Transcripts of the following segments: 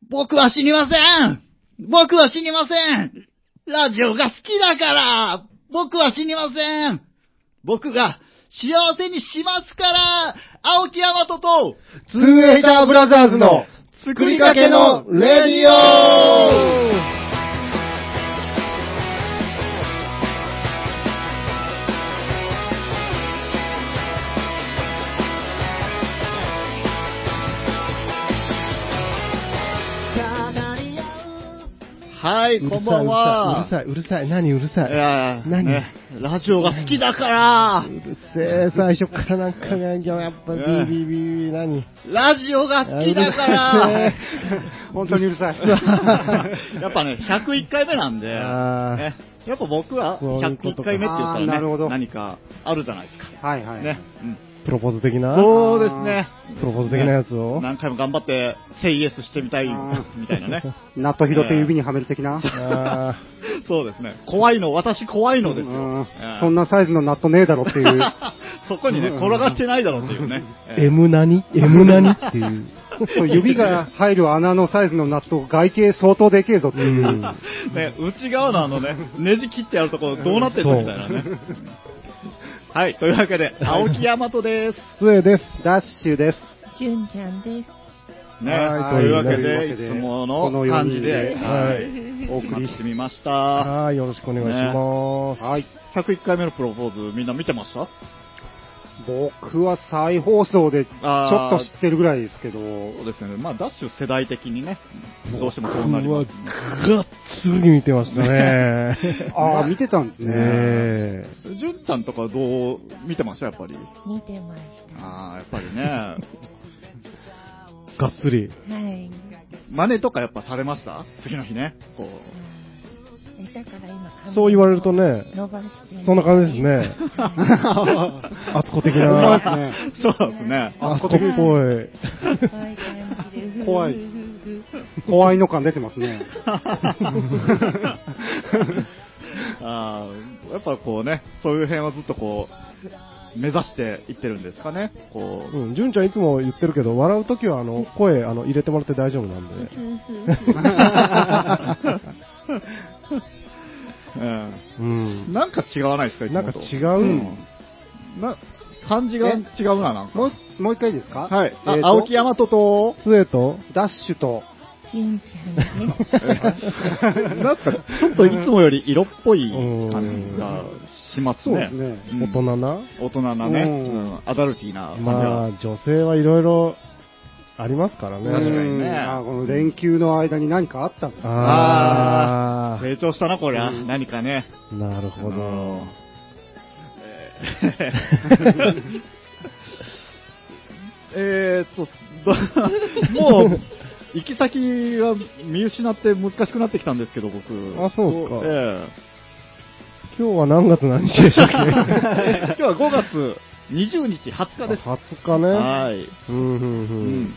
僕は死にません。僕は死にません。ラジオが好きだから。僕は死にません。僕が幸せにしますから。青木大和とツーエイターブラザーズの作りかけのレディオ。 はい、こんばんは。 うるさい、何うるさい。 いや何、 ね、ラジオが好きだから。 うるせえ、最初からなんかね、やっぱビービービー、何ラジオが好きだから。 本当にうるさい。 やっぱね、101回目なんで、ね、やっぱ僕は101回目って言ったらね、何かあるじゃないですか。 はいはい。 ね、 プロポーズ的な？ そうですね。 プロポーズ的なやつを、 何回も頑張ってセイエスしてみたいみたいなね。 ナット拾って指にはめる的な。 そうですね。怖いの、私怖いのですよ。 そんなサイズのナットねえだろっていう。 そこにね、転がってないだろっていうね。 M 何 ?M 何っていう。 指が入る穴のサイズのナット、外形相当でけえぞっていう。 ね、内側のね、ネジ切ってやるところどうなってるのみたいなね。はい、というわけで、青木大和です。 スエです。 ダッシュです。 じゅんちゃんです。 ね、というわけで、いつもの感じで、お送りしてみました。 はい、よろしくお願いします。 はい。 101回目のプロポーズ、みんな見てました？ 僕は再放送でちょっと知ってるぐらいですけど。 そうですね。まあ、ダッシュ世代的にね、どうしてもそうなります、ね。 がっつり見てましたね。 ああ、見てたんですね。 純ちゃんとかどう見てました？やっぱり。 見てました。 ああ、やっぱりね。 がっつり。 はい。 真似とかやっぱされました？次の日ね。こう。 だから今そう言われるとね、 伸ばしてそんな感じですね。あつこ的な。 そうですね。 あつこっぽい。 怖い。怖いの感出てますね。 やっぱこうね、そういう辺はずっとこう、目指していってるんですかね。こう。 純ちゃんいつも言ってるけど、笑うときは声入れてもらって大丈夫なんで。 なんか違わないですか？ なんか違う、 感じが違うな、なんか。 もう一回ですか？ はい。青木大和と、 スエと、 ダッシュと、 じゅんちゃんね。 なんか、ちょっといつもより色っぽい感じがしますね。 そうですね。 大人な大人なね。アダルティーな感じが。 まあ、女性はいろいろありますからね。 確かにね。 この連休の間に何かあったんですか？ ああ、成長したな、こりゃ。何かね。 なるほど。 もう、行き先が見失って難しくなってきたんですけど、僕。 あ、そうですか。今日は何月何日でしたっけ？ 今日は5月20日、20日です。 20日ね。 はい。 20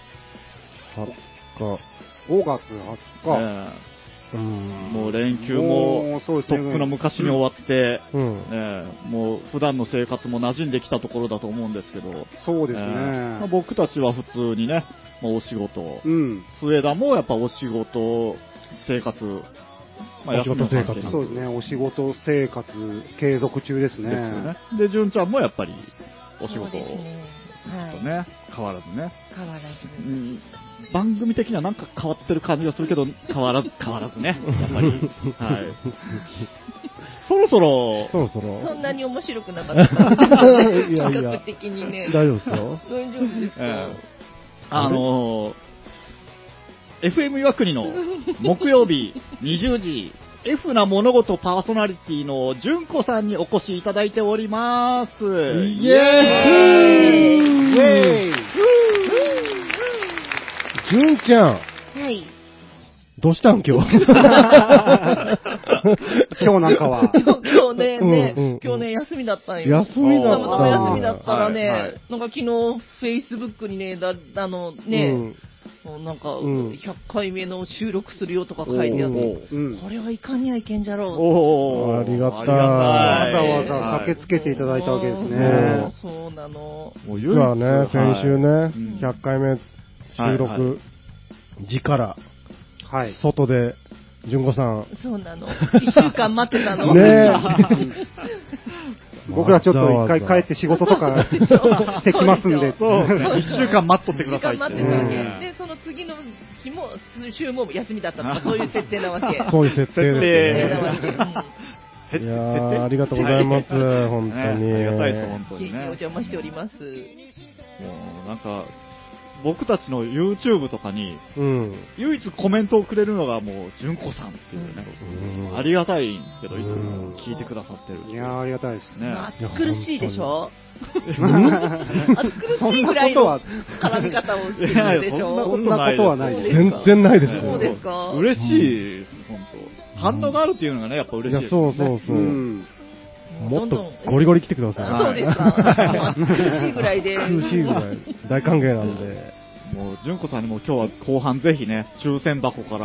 日。 5月20日。 もう連休もとっくの昔に終わって、もう普段の生活も馴染んできたところだと思うんですけど、 そうですね。 僕たちは普通にね、お仕事、末田もやっぱお仕事生活、 お仕事生活、 そうですね、お仕事生活継続中ですね。 で、純ちゃんもやっぱりお仕事を、 とね、変わらずね。 変わらず。 番組的にはなんか変わってる感じがするけど、変わらずね、やっぱり。はい。そろそろ。 そんなに面白くなかった。比較的にね。 大丈夫ですよ。 大丈夫ですか ？FM 岩国の木曜日20時、F な物事パーソナリティの純子さんにお越しいただいております。イエーイ！ 純ちゃん。 はい。 どうしたん今日？ 今日なんかは。 今日ね、休みだったんよ。 休みだった。 たまたま休みだったらね、なんか昨日、Facebook にね、なんか、100回目の収録するよとか書いてあって、これはいかにはいけんじゃろう。ありがたい。 わざわざ駆けつけていただいたわけですね。 そうなの。 実はね、先週ね、100回目収録字から、 はい。 外で、純子さん。 そうなの。1週間待ってたの。 ね僕らちょっと一回帰って仕事とかしてきますんで。 そう、1週間待っとってくださいって。 1週間待ってたわけ。で、その次の日も、週も休みだったとか、そういう設定なわけ。 そういう設定ですね。 なわけ。 いやー、ありがとうございます。本当に。 ありがたいです、本当にね。 お邪魔しております。 もうなんか、僕たちの YouTube とかに、唯一コメントをくれるのがもう、純子さんっていうね、ありがたいんですけど、いつも聞いてくださってる。 いやー、ありがたいですね。 暑苦しいでしょ暑苦しいぐらいの絡み方をしてるでしょそんなことはないです。 全然ないですよ。 そうですか。 嬉しい、本当。反応があるっていうのがね、やっぱ嬉しいです。 そうそうそう。もっとゴリゴリ来てください。 そうですか。苦しいぐらいで。 苦しいぐらい。大歓迎なんで。 もう、純子さんにも今日は後半ぜひね、抽選箱から、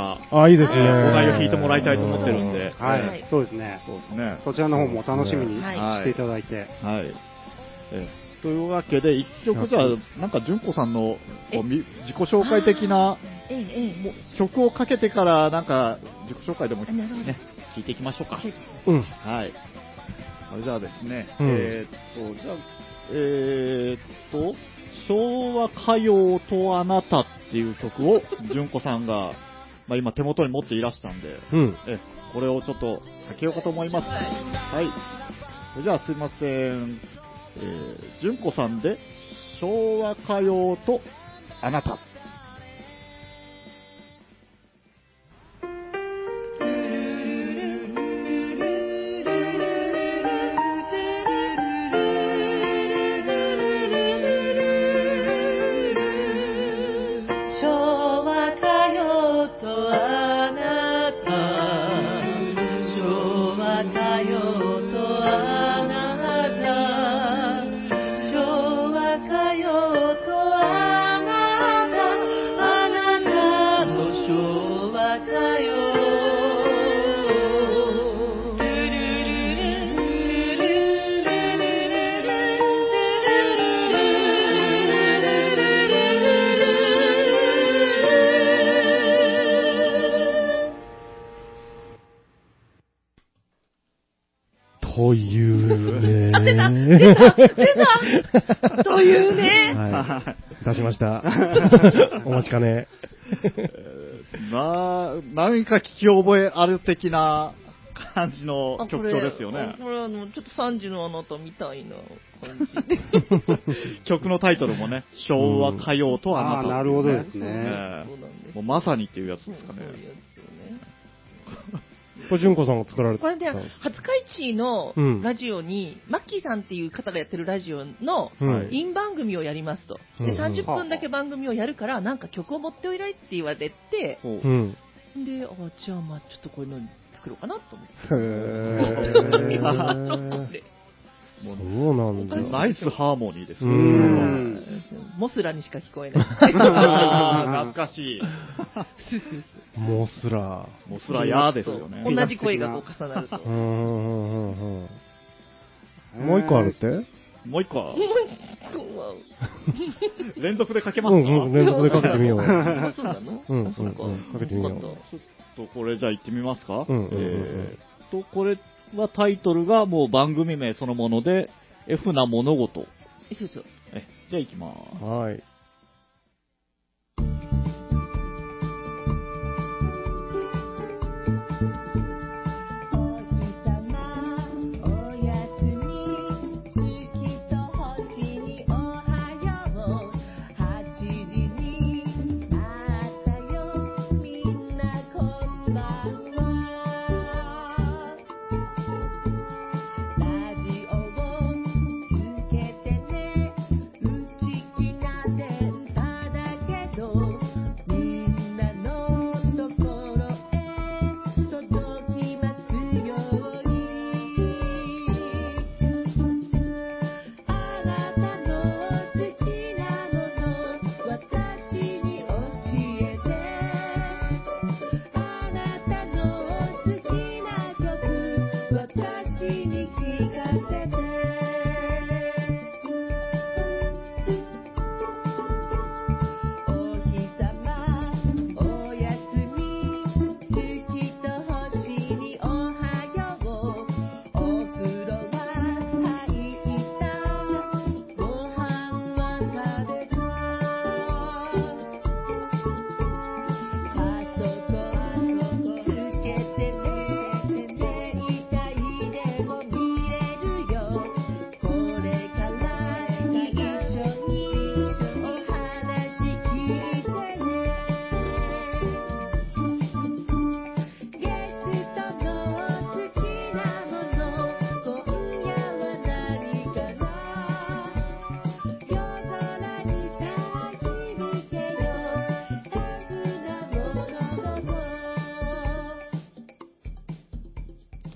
いいですね。 お題を引いてもらいたいと思ってるんで。 はい、そうですね。 そうですね。 そちらの方も楽しみにしていただいて。 はい。というわけで、一曲じゃあ、なんか純子さんの自己紹介的な曲をかけてから、なんか自己紹介でもね、聞いていきましょうか。はい。じゃあですね、昭和歌謡とあなたっていう曲を純子さんが、今手元に持っていらしたんで、これをちょっとかけようかと思います。はい。じゃあすいません。純子さんで昭和歌謡とあなた。 というね。 出たというね。 はい。出しました。お待ちかね。 何か聞き覚えある的な感じの曲調ですよね。 これちょっと3時のあなたみたいな感じで。 曲のタイトルもね、昭和歌謡とあなた。 なるほどですね。 もうまさにっていうやつですかね。 これ、純子さんが作られた。 これで、廿日市のラジオに、マッキーさんっていう方がやってるラジオの、イン番組をやりますと。で、30分だけ番組をやるから、なんか曲を持っておいらいって言われて、で、じゃあ、ちょっとこういうの作ろうかなと思って。 そうなんだ。 ナイスハーモニーですね。 モスラにしか聞こえない。 懐かしい。 モスラヤーですよね。 同じ声がこう重なると。 もう一個あるってもう一個は連続でかけますか？ 連続でかけてみよう。 そうなの？ かけてみよう。 ちょっとこれじゃあ行ってみますか？これはタイトルがもう番組名そのもので、F な物事。 そう。 じゃあ行きます。 はい。 ラジオをつけてね、内気なで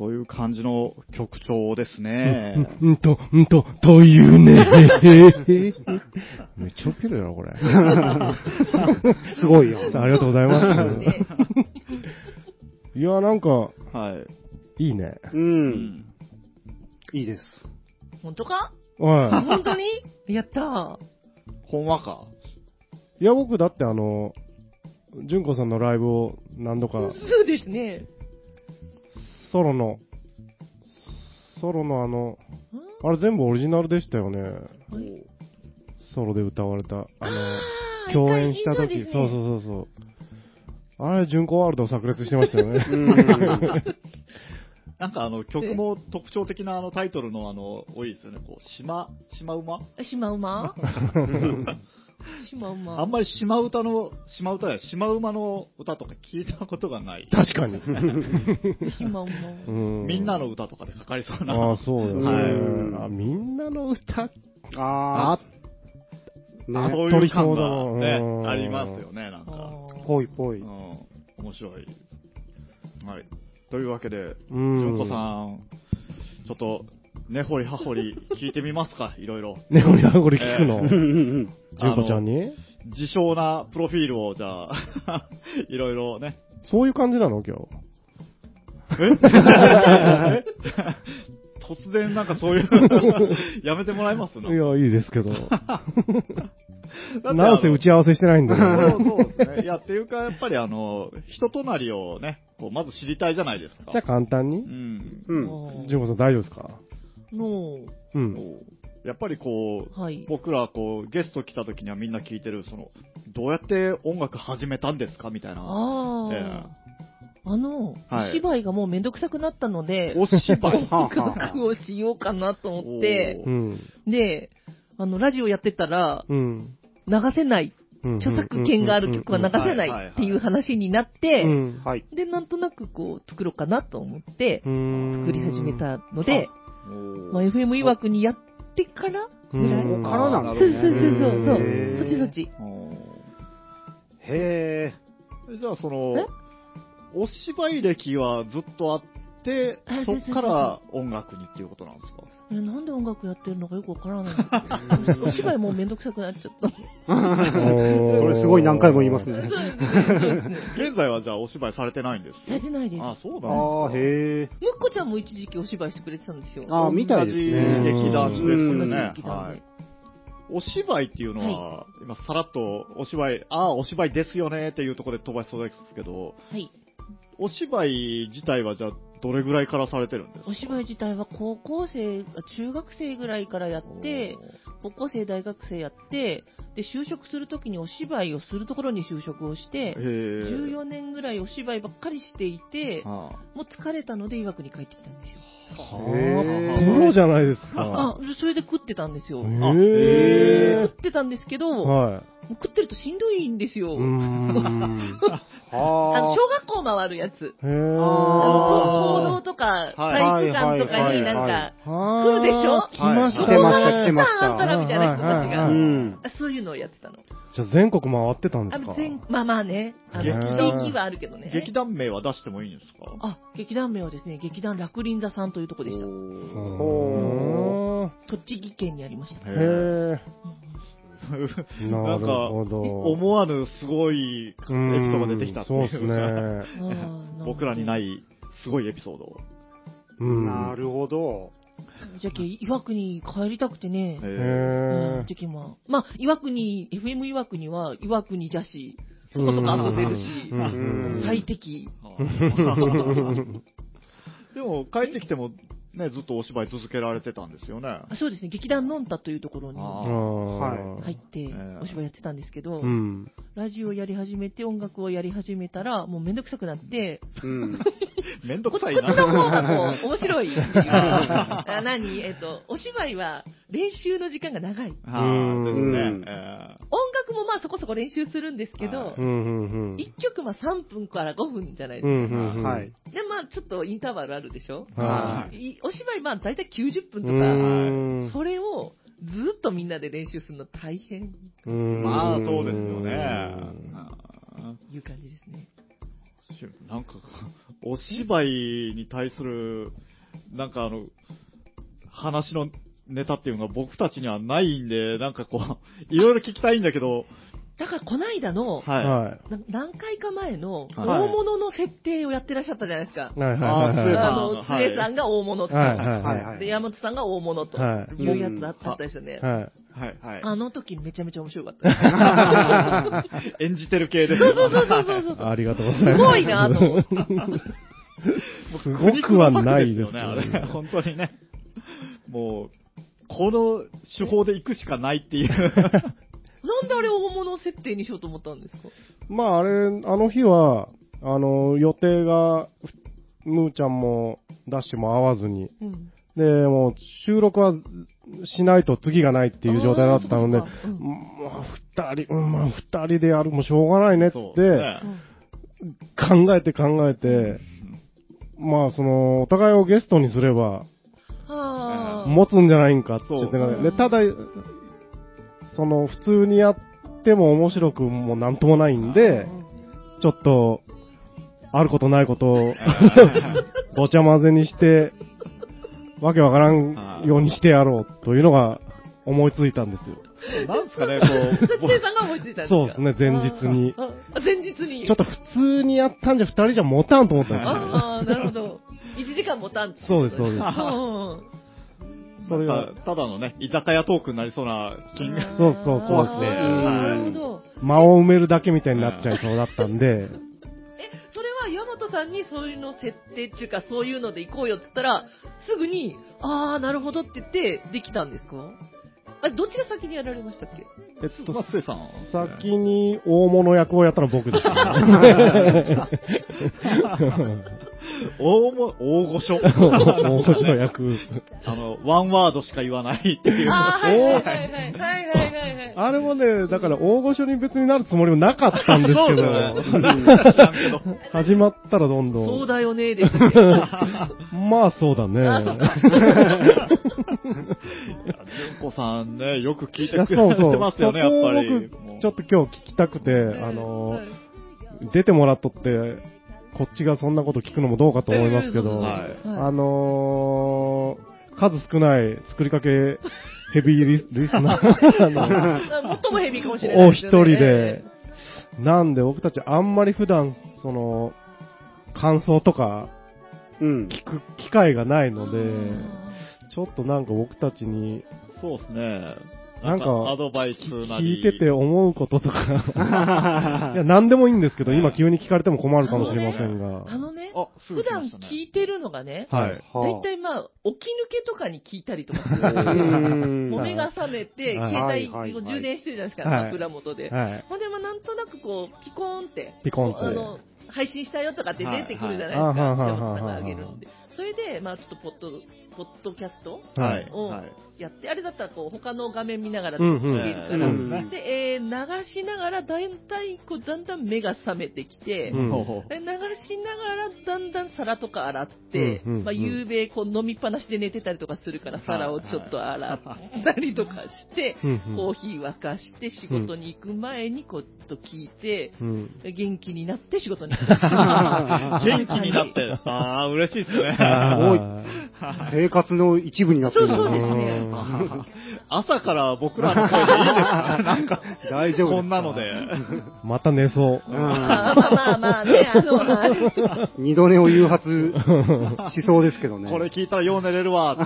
そういう感じの曲調ですね。 というね。めっちゃウケるよな、これ。 すごいよ。 ありがとうございます。いや、なんか、 はい。 いいね。 いいです。 本当か？ はい。 本当に？やったー。 ほんまか。 いや、僕だって純子さんのライブを何度か。 そうですね。 ソロのあれ全部オリジナルでしたよね。ソロで歌われた。共演した時、ね、そう。あれ、純子ワールド炸裂してましたよね。 なんか曲も特徴的なタイトルの多いですよね。こう、シマウマシマウマシマウマ。 あんまりシマウマの歌とか聞いたことがない。 確かに。 シマウマ。 みんなの歌とかでかかりそうな。 ああ、そうよね。はい、みんなの歌。 そういう感がね、ありますよね、なんか。 ぽいぽい。 面白い。はい。というわけで、純子さん、ちょっと、根掘り葉掘り聞いてみますか、いろいろ。 根掘り葉掘り聞くの純子ちゃんに自称なプロフィールを、じゃあ、いろいろね。 そういう感じなの今日。 突然なんかそういうやめてもらえます？いや、いいですけど。なんせ打ち合わせしてないんだよ。 そうですね。いや、っていうか、やっぱり人となりをね、こうまず知りたいじゃないですか。 じゃあ簡単に純子さん大丈夫ですか？ やっぱりこう、僕らこう、ゲスト来た時にはみんな聞いてる、どうやって音楽始めたんですかみたいな。 お芝居がもうめんどくさくなったので、 お芝居音楽をしようかなと思って、で、ラジオやってたら、流せない、著作権がある曲は流せないっていう話になって、で、なんとなくこう、作ろうかなと思って、作り始めたので、FM いわくにやってからぐらい。 からなんですね。そう。そっち。 へぇ。じゃあお芝居歴はずっとあって、そっから音楽にっていうことなんですか？ なんで音楽やってるのかよくわからないんですけど、お芝居もうめんどくさくなっちゃった。 それすごい何回も言いますね。 現在はじゃあお芝居されてないんですか？ されてないです。 あ、そうなんですか。 へぇ。 むっこちゃんも一時期お芝居してくれてたんですよ。 みたいですね。 劇団ですよね。お芝居っていうのは、今さらっとお芝居ですよねっていうところで飛ばしそうですけど、お芝居自体はじゃあどれぐらいからされてるんですか？ お芝居自体は高校生、中学生ぐらいからやって、高校生、大学生やって、で、就職するときにお芝居をするところに就職をして、14年ぐらいお芝居ばっかりしていて、もう疲れたので岩国に帰ってきたんですよ。 プロじゃないですか。 それで食ってたんですよ。食ってたんですけど、食ってるとしんどいんですよ。小学校回るやつ。行動とか、体育館とかになんか、来るでしょ？ 来ました。 あんたらみたいな人たちが、そういうのをやってたの。 じゃあ全国回ってたんですか？ まあね、地域はあるけどね。 劇団名は出してもいいんですか？ 劇団名はですね、劇団楽林座さんというとこでした。栃木県にありました。 なんか、思わぬすごいエピソードが出てきたっていう。そうですね。僕らにないすごいエピソード。 なるほど。 じゃあ、岩国帰りたくてね。まあ、岩国、FM 岩国は岩国じゃし、そこそこ遊べるし、最適。 でも、帰ってきても、ね、ずっとお芝居続けられてたんですよね。 そうですね、劇団のんたというところに入って、お芝居やってたんですけど、ラジオをやり始めて、音楽をやり始めたら、もうめんどくさくなって、 めんどくさいな。 こっちの方がこう、面白い。お芝居は練習の時間が長い。ですね。音楽もまあそこそこ練習するんですけど、1曲3分から5分じゃないですか。で、まあちょっとインターバルあるでしょ？お芝居だいたい90分とか、それをずっとみんなで練習するの大変。 まあそうですよね。 いう感じですね。 なんか、 お芝居に対する、なんか話のネタっていうのが僕たちにはないんで、なんかこう、いろいろ聞きたいんだけど、 だからこないだの、 は何回か前の大物の設定をやってらっしゃったじゃないですか。 い。はいはい。 つえさんが大物と、 はいで、山本さんが大物というやつあったですよね。 はい。 はい。 あの時めちゃめちゃ面白かった。 演じてる系で。 そう。 ありがとうございます。 すごいなと思って。 すごくはないですね、あれ。本当にね。もう、この手法で行くしかないっていう。 なんであれ大物設定にしようと思ったんですか？ まああの日は、予定が、むーちゃんもダッシュも合わずに、で、もう収録はしないと次がないっていう状態だったので、二人でやるもしょうがないねって、考えて、まあお互いをゲストにすれば、持つんじゃないんかって言ってで、ただ、普通にやっても面白くもなんともないんで、ちょっと、あることないことを、ごちゃ混ぜにして、わけわからんようにしてやろうというのが思いついたんですよ。 なんですかね、 こう。設定さんが思いついたんですか？ そうですね、前日に。 前日に。 ちょっと普通にやったんじゃ二人じゃ持たんと思ったんですよ。 ああ、なるほど。1時間持たん。 そうです。 それが、ただのね、居酒屋トークになりそうな金額。 そう怖くて。 なるほど。 間を埋めるだけみたいになっちゃいそうだったんで。 それは岩本さんにそういうの設定っていうか、そういうので行こうよって言ったら、すぐに、あー、なるほどって言って、できたんですか？どっちが先にやられましたっけ？ 先に大物役をやったのは僕です。 大御所大御所役。 ワンワードしか言わないっていう。 あれもね、だから大御所に別になるつもりもなかったんですけど、始まったらどんどん。 そうだよね、ですね。 まあそうだね。 純子さんね、よく聞いてくれてますよね、やっぱり。 僕、ちょっと今日聞きたくて、出てもらっとって、こっちがそんなこと聞くのもどうかと思いますけど、数少ない作りかけヘビーリスナー最もヘビーかもしれないお一人で、なんで僕たちあんまり普段、感想とか、聞く機会がないので、ちょっとなんか僕たちに、 そうですね。 なんか、 アドバイスなり。 聞いてて思うこととか。いや、なんでもいいんですけど、今急に聞かれても困るかもしれませんが。 普段聞いてるのがね、 はい。 だいたいまあ、起き抜けとかに聞いたりとかするんですよ。目が覚めて、携帯を充電してるじゃないですか、枕元で。ほんで、なんとなくこう、ピコーンって、配信したよとかって出てくるじゃないですか。山本さんがあげるんで。それで、まあちょっとポッドキャストをやって、あれだったらこう他の画面見ながらで聞けるから、で、流しながらだんだん目が覚めてきて、流しながらだんだん皿とか洗って、まあ夕べこう飲みっぱなしで寝てたりとかするから皿をちょっと洗ったりとかして、コーヒー沸かして仕事に行く前にこうと聞いて、元気になって仕事に行く。 元気になって、ああ、嬉しいですね。 生活の一部になってる。 そうですね。 朝から僕らの声でいいですか？なんか、 大丈夫。 こんなので。 また寝そう。 まあね、 二度寝を誘発しそうですけどね。 これ聞いたらよう寝れるわって。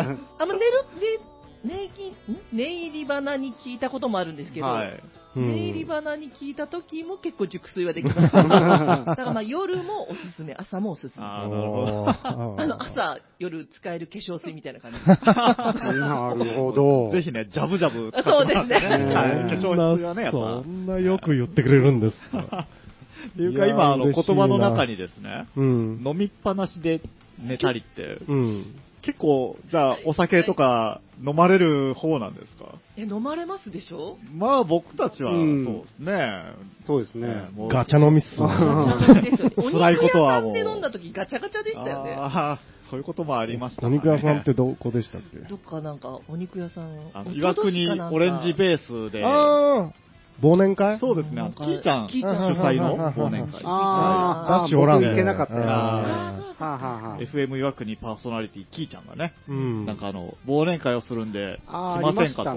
寝入り花に聞いたこともあるんですけど、寝入り花に聞いた時も結構熟睡はできます。だからまあ夜もおすすめ、朝もおすすめ。 なるほど。 朝、夜使える化粧水みたいな感じ。 なるほど。 ぜひね、ジャブジャブ使ってそうですね。 化粧水はね、やっぱ。 そんなよく言ってくれるんですか。 っていうか今、言葉の中にですね、飲みっぱなしで寝たりって、結構、じゃあ、お酒とか飲まれる方なんですか？ 飲まれますでしょ？ まあ、僕たちは、そうですね。 そうですね。 ガチャ飲みっす。 ガチャ飲みですよね。お肉屋さんで飲んだ時ガチャガチャでしたよね。 そういうこともありましたね。 お肉屋さんってどこでしたっけ？ どっかなんか、お肉屋さん。 岩国オレンジベースで、 忘年会？ そうですね、キーちゃん主催の忘年会。 ダッシュおらんね。 僕行けなかったよ。 FM 岩国パーソナリティ、キーちゃんがね、なんか忘年会をするんで、来ませんかと。はい。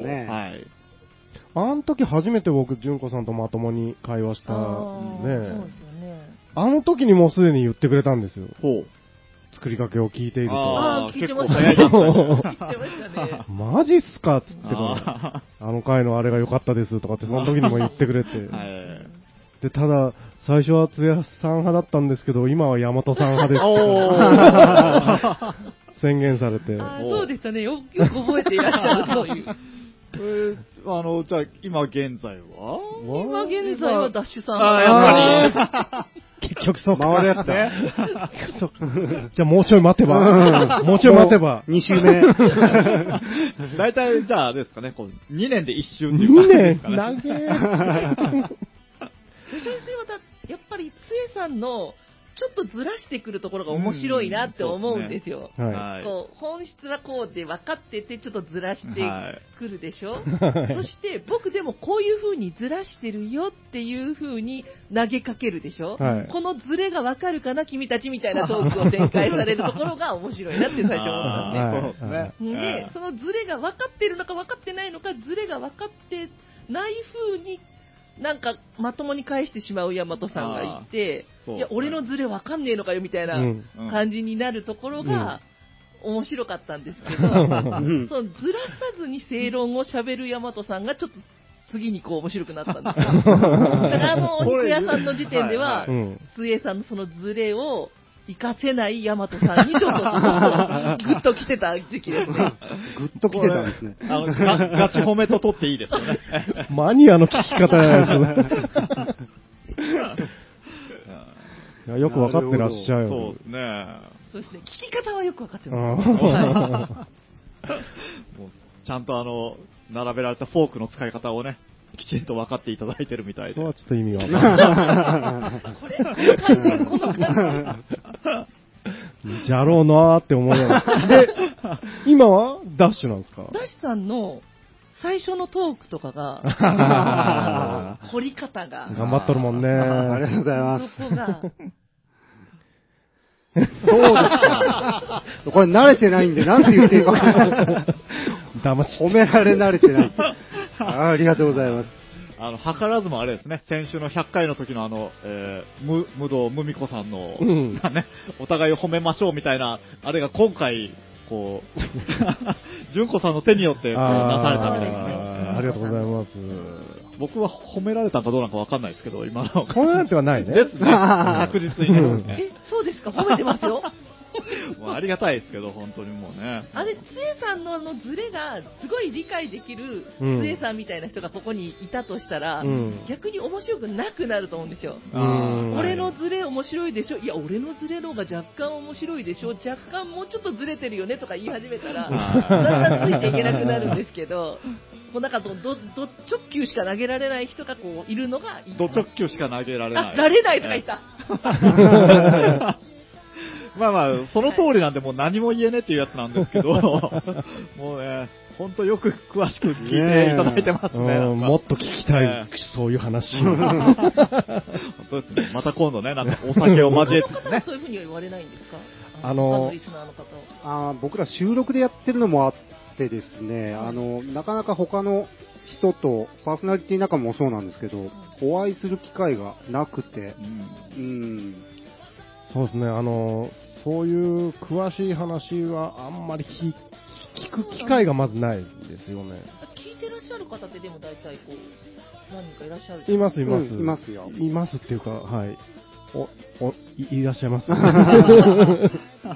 あの時初めて僕、純子さんとまともに会話したね。そうですよね。あの時にもうすでに言ってくれたんですよ。 ほう。 作りかけを聞いていると。 聞いてましたね。聞いてましたね。 マジっすかって言ってあの回のあれが良かったですとかってその時にも言ってくれて。で、ただ、最初は津屋さん派だったんですけど、今は大和さん派です。宣言されて。 そうでしたね。よく覚えていらっしゃるそういう。 じゃあ、今現在は今現在はダッシュさん。 やっぱり。 結局そうか。 回るやつね。 じゃあもうちょい待てば。もうちょい待てば。 2週目。 大体、じゃあですかね、2年で1周っていう感じですかね。 2年長え。 先生はやっぱり、つえさんの、ちょっとずらしてくるところが面白いなって思うんですよ。本質はこうで分かってて、ちょっとずらしてくるでしょ、そして、僕でもこういう風にずらしてるよっていう風に投げかけるでしょ、このずれが分かるかな、君たちみたいなトークを展開されるところが面白いなって最初思ったんですね。で、そのずれが分かってるのか分かってないのか、ずれが分かってない風になんかまともに返してしまう大和さんがいて、いや、俺のズレわかんねえのかよみたいな感じになるところが面白かったんですけど、そのずらさずに正論を喋る大和さんがちょっと次に面白くなったんですよ。だからお肉屋さんの時点では、つえさんのそのズレを活かせない大和さんにちょっとグッと来てた時期ですね。 グッと来てたんですね。 ガチ褒めと取っていいですよね。 マニアの聞き方じゃないですか。よくわかってらっしゃる。 そうですね。 そうですね。聞き方はよくわかってます。 もうちゃんと並べられたフォークの使い方をね、きちんと分かっていただいてるみたいで。 そうはちょっと意味がわかんない。 この感じゃろうなーって思いながら。で、今はダッシュなんですか？ ダッシュさんの最初のトークとかが、掘り方が。 頑張っとるもんね。 ありがとうございます。 そこが。 そうですか。これ慣れてないんで、なんて言っていいか分からない。褒められ慣れてない。ありがとうございます。 図らずもあれですね、先週の100回の時の無道無美子さんの、ね、お互いを褒めましょうみたいな、あれが今回、純子さんの手によってなされたみたいなね。 ありがとうございます。 僕は褒められたかどうなのかわかんないですけど、今の。 褒められてはないね。 ですね。確実にね。 そうですか、褒めてますよ。 もうありがたいですけど、本当にもうね。 あれ、つえさんのズレがすごい理解できるつえさんみたいな人がここにいたとしたら、逆に面白くなくなると思うんですよ。俺のズレ面白いでしょ、いや、俺のズレの方が若干面白いでしょ、若干もうちょっとズレてるよねとか言い始めたら、だんだんついていけなくなるんですけど、なんかド直球しか投げられない人がいるのがいい。 ド直球しか投げられない。 られないとか言った。 まあまあ、その通りなんで、もう何も言えねえっていうやつなんですけど、もうね、ほんとよく詳しく聞いていただいてますね。 もっと聞きたい、そういう話。 本当ですね。また今度ね、なんかお酒を交えてね。 そういうふうには言われないんですか？ 僕ら収録でやってるのもあってですね、なかなか他の人と、パーソナリティ仲もそうなんですけど、お会いする機会がなくて、 そうですね、そういう詳しい話はあんまり聞く機会がまずないですよね。 聞いてらっしゃる方ってでも大体何人かいらっしゃる？ いますいますよ。 いますっていうか、はい。いらっしゃいます。 そういう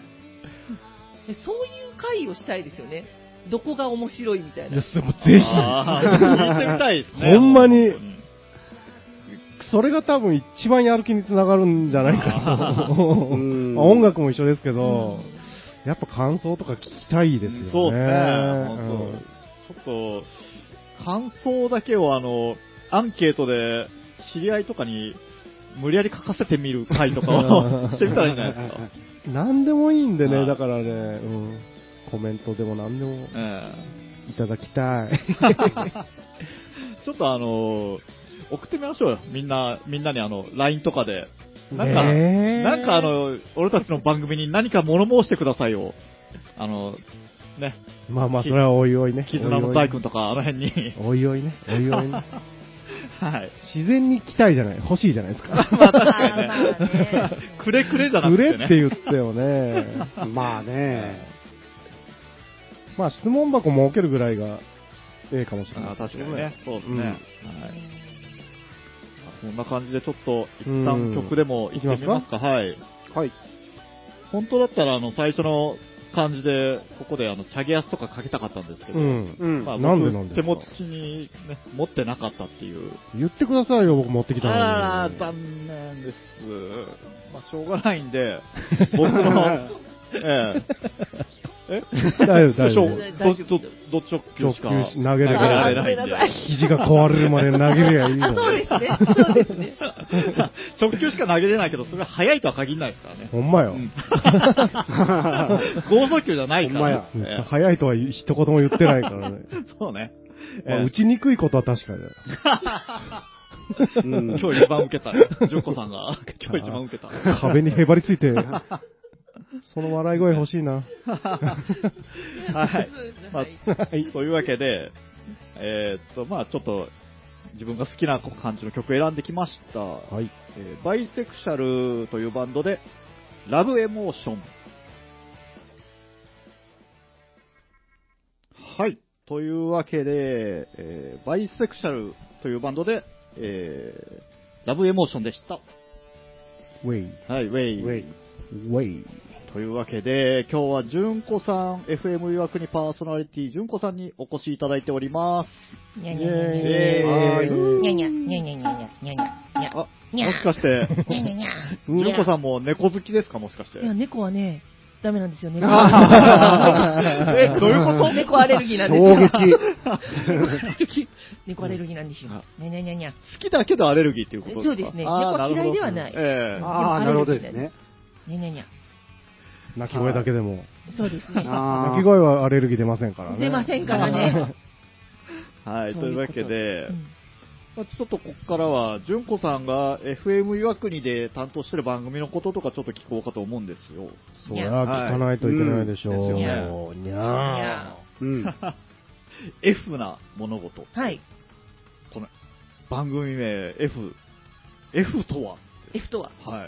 会をしたいですよね。どこが面白いみたいな。 ぜひ。聞いてみたいですね。 ほんまに。それが多分一番やる気につながるんじゃないかと。音楽も一緒ですけど、やっぱ感想とか聞きたいですよね。 そうですね。ちょっと、感想だけをアンケートで知り合いとかに無理やり書かせてみる回とかをしてみたらいいんじゃないですか。 何でもいいんでね、だからね、コメントでも何でもいただきたい。 ちょっと送ってみましょうよ。みんなにLINE とかで。なんか俺たちの番組に何か物申してくださいよ。ね。 まあ、それはおいおいね。 絆の大君とか、辺に。 おいおいね。 はい。 自然に来たいじゃない、欲しいじゃないですか。 まあ確かにね。くれじゃなくてね。 くれって言ってよね。 まあね。 まあ質問箱設けるぐらいがええかもしれない。 確かにね。そうですね。はい。こんな感じでちょっと一旦曲でも行ってみますか。はい。 はい。 本当だったら最初の感じで、ここでチャゲアスとかかけたかったんですけど、まあ、 なんでなんですか？ 手持ちに、ね、持ってなかったっていう。 言ってくださいよ、僕持ってきたのに。 あら、残念です。まあ、しょうがないんで、僕の、 大丈夫。 どっち直球しか投げれられないんで。 肘が壊れるまで投げりゃいいの。 そうですね。 直球しか投げれないけど、それが速いとは限らないですからね。 ほんまよ。 剛速球じゃないから。 ほんまや。速いとは一言も言ってないからね。 そうね。 打ちにくいことは確かに。 今日一番受けた。純子さんが今日一番受けた。 壁にへばりついて。その笑い声欲しいな。 はい。まあ、というわけで、まあちょっと、自分が好きな感じの曲を選んできました。 はい。 バイセクシャルというバンドで、ラブエモーション。はい。というわけで、バイセクシャルというバンドで、ラブエモーションでした。 ウェイ。 はい、ウェイ。 ウェイ。 というわけで、今日は純子さん、FM 予約にパーソナリティ純子さんにお越しいただいております。 にゃにゃにゃにゃにゃにゃにゃにゃにゃにゃにゃ。 あ、もしかして、純子さんも猫好きですか、もしかして。 いや、猫はね、ダメなんですよね。 どういうこと？ 猫アレルギーなんですよ。 衝撃。 猫アレルギーなんですよ。にゃにゃにゃにゃ。 好きだけどアレルギーっていうことですか？ そうですね。猫嫌いではない。 ああ、なるほどですね。 にゃにゃにゃ。 鳴き声だけでも。 そうですね。 鳴き声はアレルギー出ませんからね。 出ませんからね。 はい、というわけで、ちょっとここからは、純子さんが FM 岩国で担当してる番組のこととかちょっと聞こうかと思うんですよ。 そりゃ聞かないといけないでしょう。 にゃー。F な物事。 はい。 この番組名 F とは ?F とははい。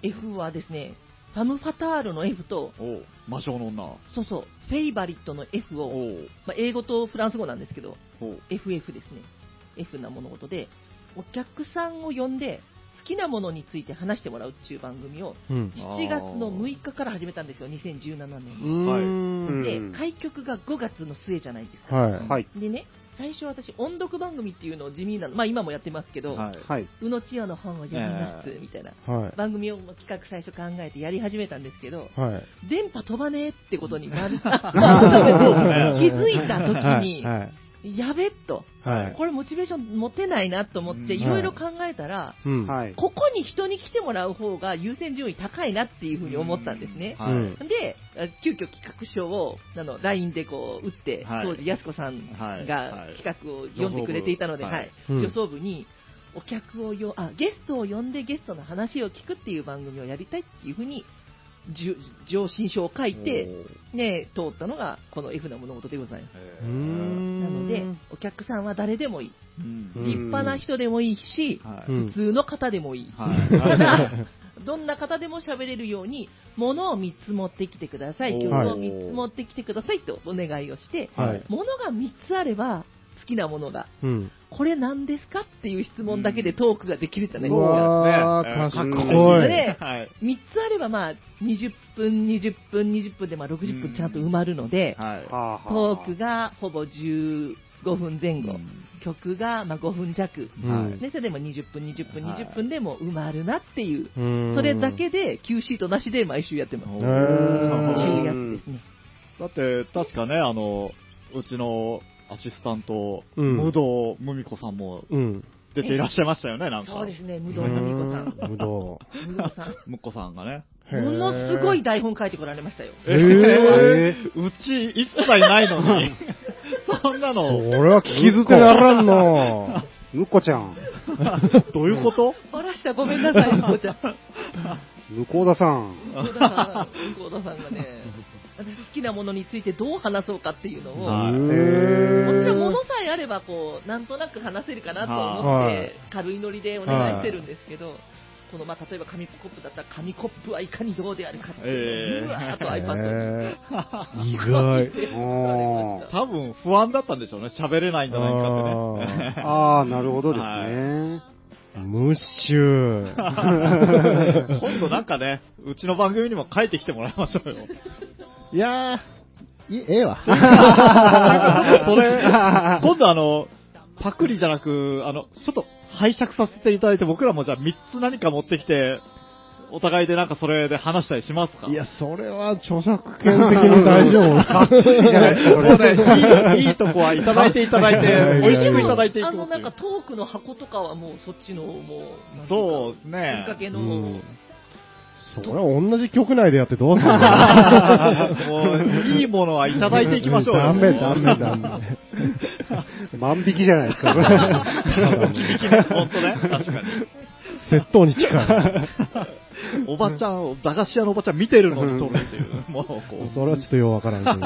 F はですね、ファム・ファタールの F と、 魔性の女。 そうそう、フェイバリットの F を、まあ、英語とフランス語なんですけど、FF ですね。F な物事で、お客さんを呼んで、好きなものについて話してもらうっていう番組を、7月の6日から始めたんですよ、2017年に。で、開局が5月の末じゃないですか。 はい。 でね、最初私、音読番組っていうのを地味なの、まあ今もやってますけど、うのちよの本を読みますみたいな、番組を企画最初考えてやり始めたんですけど、電波飛ばねえってことに気づいた時に、やべっと、これモチベーション持てないなと思っていろいろ考えたら、ここに人に来てもらう方が優先順位高いなっていうふうに思ったんですね。で、急遽企画書をLINE でこう打って、当時安子さんが企画を読んでくれていたので、女装部にゲストを呼んでゲストの話を聞くっていう番組をやりたいっていうふうに上申書を書いて、ね、通ったのがこの F な物事でございます。なので、お客さんは誰でもいい。立派な人でもいいし、普通の方でもいい。ただ、どんな方でも喋れるように、物を3つ持ってきてください。曲を3つ持ってきてくださいとお願いをして、物が3つあれば、好きなものが、これ何ですかっていう質問だけでトークができるじゃないですか。 かっこいい。 で、3つあればまあ20分でまあ60分ちゃんと埋まるので、トークがほぼ15分前後、曲がまあ5分弱、でそれでも20分でも埋まるなっていう、それだけでQシートなしで毎週やってます。っていうやつですね。 だって確かね、うちのアシスタント、武道無美子さんも出ていらっしゃいましたよね、なんか。 そうですね、武道無美子さん。 武道さん。 むっこさんがね。 ものすごい台本書いてこられましたよ。 うち一切ないのに。そんなの。 俺は聞き捨てならんの。 むっこちゃん。 どういうこと？ バラしたごめんなさい、向田さん。 向田さんがね、私好きなものについてどう話そうかっていうのを、私は物さえあればこうなんとなく話せるかなと思って軽いノリでお願いしてるんですけど、この例えば紙コップだったら紙コップはいかにどうであるかっていうのをうわーっと iPad に意外。 多分不安だったんでしょうね。喋れないんじゃないかってね。 ああ、なるほどですね。 ムッシュ。 今度なんかね、うちの番組にも書いてきてもらいましょうよ。 いやー、ええわ。 それ、今度パクリじゃなく、ちょっと拝借させていただいて、僕らもじゃあ3つ何か持ってきて、お互いでなんかそれで話したりしますか？ いや、それは著作権的に大丈夫。 じゃないですか、それ。 もうね、いいとこはいただいていただいて、美味しくいただいていく。 なんかトークの箱とかはもうそっちの、もう、 そうですね。 きっかけの、 それは同じ局内でやってどうするの？ もう、いいものはいただいていきましょうよ。 ダメ。 万引きじゃないですか、 万引きね、ほんとね、確かに。 窃盗に近い。 おばちゃん、駄菓子屋のおばちゃん見てるのに撮るっていう。もうこう。 それはちょっとようわからんけど。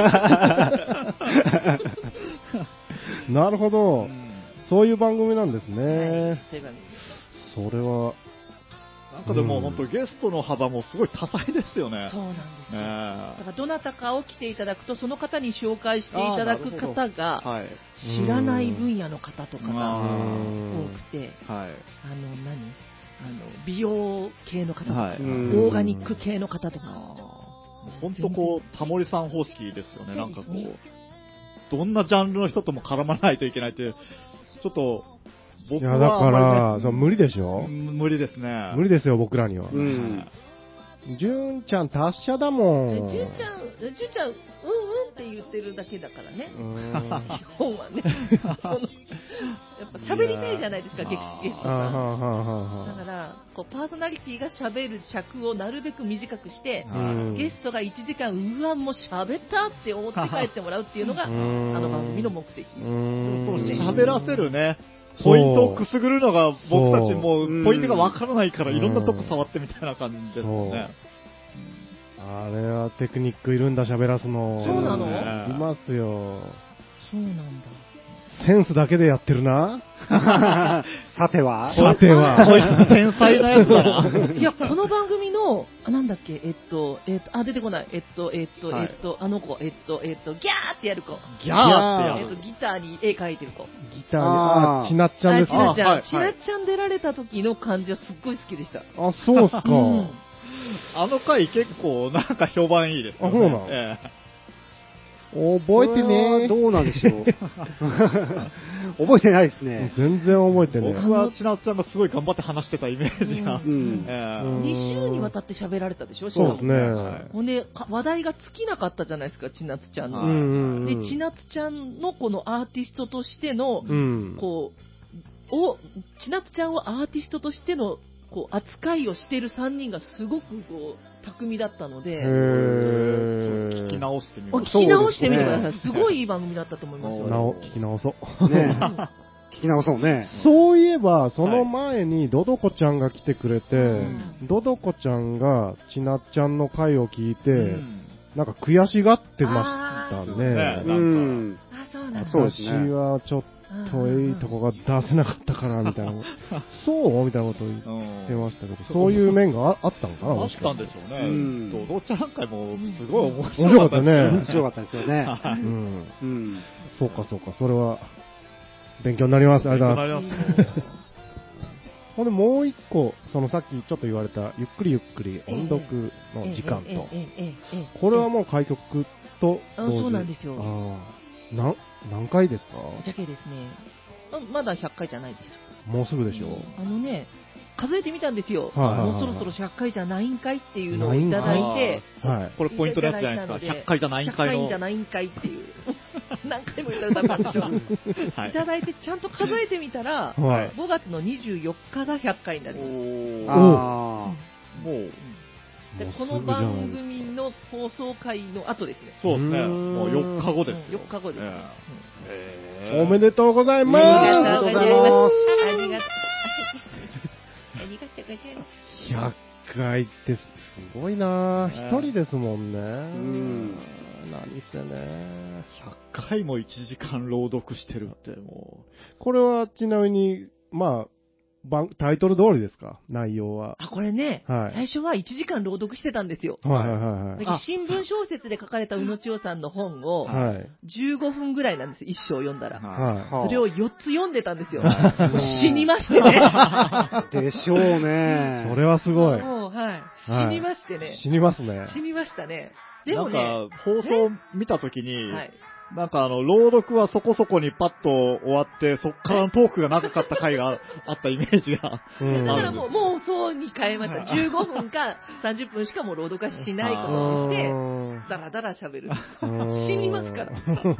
なるほど。そういう番組なんですね。それは。 なんかでも本当ゲストの幅もすごい多彩ですよね。 そうなんですよ。だからどなたかを来ていただくと、その方に紹介していただく方が、知らない分野の方とかが多くて、美容系の方とか、オーガニック系の方とか。 本当こう、タモリさん方式ですよね。なんかこう、どんなジャンルの人とも絡まないといけないって、ちょっと、僕は、 いや、だから、そう無理でしょ？ 無理ですね。 無理ですよ、僕らには。純ちゃん達者だもん。 純ちゃん、って言ってるだけだからね。基本はね。やっぱ喋りたいじゃないですか、ゲストさん。だから、パーソナリティが喋る尺をなるべく短くして、ゲストが1時間、うわ、もう喋ったって思って帰ってもらうっていうのが、番組の目的。 喋らせるね。ポイントをくすぐるのが僕たちもポイントがわからないからいろんなとこ触ってみたいな感じですね。 あれはテクニックいるんだ、喋らすの。 そうなの？ いますよ。 そうなんだ。 センスだけでやってるな。 さてはこいつ天才なやつだな。 いや、この番組の、なんだっけ、出てこない。あの子、ギャーってやる子。 ギャーってやる。 ギターに絵描いてる子。 ギターに、ちなっちゃんですね。 ちなっちゃん出られた時の感じはすっごい好きでした。 あ、そうっすか。 あの回結構なんか評判いいですよね。 あ、そうなの？覚えてねー。 どうなんでしょう。覚えてないですね。 全然覚えてね。 僕は千夏ちゃんがすごい頑張って話してたイメージが。 2週にわたって喋られたでしょ？ そうですね。 ほんで、話題が尽きなかったじゃないですか、千夏ちゃんの。で、千夏ちゃんのこのアーティストとしての、千夏ちゃんをアーティストとしての、扱いをしている3人がすごく巧みだったので、 聞き直してみます。 聞き直してみてください。すごいいい番組だったと思いますよ。 聞き直そう。 ね聞き直そうね。 そういえば、その前にドドコちゃんが来てくれて、ドドコちゃんがちなっちゃんの回を聞いて、なんか悔しがってましたね。 そうですね。 私はちょっといいとこが出せなかったからみたいな、そうみたいなことを言ってましたけど、そういう面があったのかな。 あったんでしょうね。ドドちゃん回もすごい面白かったね。 面白かったですよね。 そうか、それは勉強になります。ありがとうございます。ほんでもう一個、さっきちょっと言われたゆっくり音読の時間と、これはもう開局と同時。 そうなんですよ。 何回ですか？ じゃけですね、まだ100回じゃないです。 もうすぐでしょ。 数えてみたんですよ。もうそろそろ100回じゃないんかいっていうのをいただいて、 これポイントのやつじゃないですか。100回じゃないんかいの。100回じゃないんかいっていう。何回も言ったらダメなんでしょ。いただいてちゃんと数えてみたら、5月の24日が100回になります。 もう。 でこの番組の放送回の後ですね。 そうですね。もう4日後です。 4日後です。 おめでとうございます。 ありがとうございます。ありがとうございます。 100回ってすごいなぁ。一人ですもんね。何せね。 100回も1時間朗読してるってもう。 これはちなみに、まあ、タイトル通りですか、内容は。 これね、 はい、 最初は1時間朗読してたんですよ。新聞小説で書かれた宇野千代さんの本を、15分ぐらいなんです、一章読んだら。それを4つ読んでたんですよ。もう死にましてね。 でしょうね。 それはすごい。 もう、死にましてね。 死にますね。 死にましたね。でもね、 なんか、放送見たときに、なんか朗読はそこそこにパッと終わって、そっからのトークが長かった回があったイメージが。だからもうそうに変えました。15分か30分しかもう朗読はしないことにして、だらだら喋る。死にますから。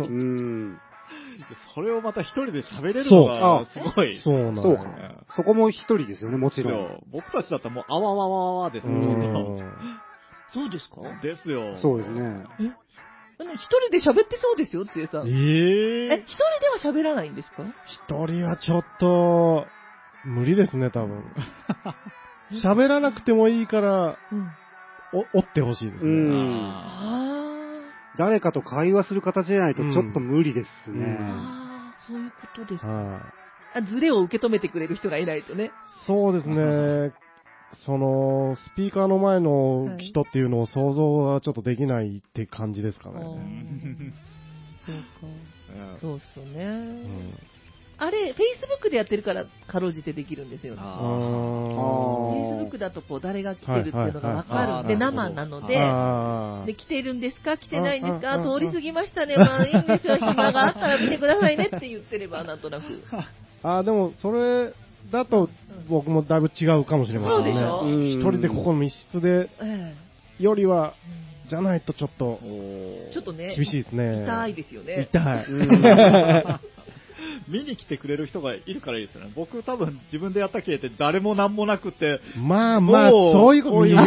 それをまた一人で喋れるのがすごい。 そうか。 そこも一人ですよね、もちろん。 僕たちだったらもうあわわわわですよ。 そうですか？ ですよ。 そうですね。 一人で喋ってそうですよ、つえさん。一人では喋らないんですか？ 一人はちょっと、無理ですね、多分。喋らなくてもいいから、折ってほしいですね。 誰かと会話する形じゃないとちょっと無理ですね。 そういうことですか。ズレを受け止めてくれる人がいないとね。 そうですね。スピーカーの前の人っていうのを想像はちょっとできないって感じですかね。 そうか。そうっすよね。あれ、Facebook でやってるからかろうじてできるんですよ。Facebook だと誰が来てるっていうのがわかる。で、生なので、来てるんですか来てないんですか通り過ぎましたね。まあいいんですよ。暇があったら見てくださいねって言ってればなんとなく。 でも、それだと僕もだいぶ違うかもしれませんね。 そうでしょ？一人でここの密室で、よりは、じゃないとちょっとね、 厳しいですね。 痛いですよね。 痛い。 見に来てくれる人がいるからいいですよね。僕多分自分でやった系って誰も何もなくて。 まあ、そういうこと言わ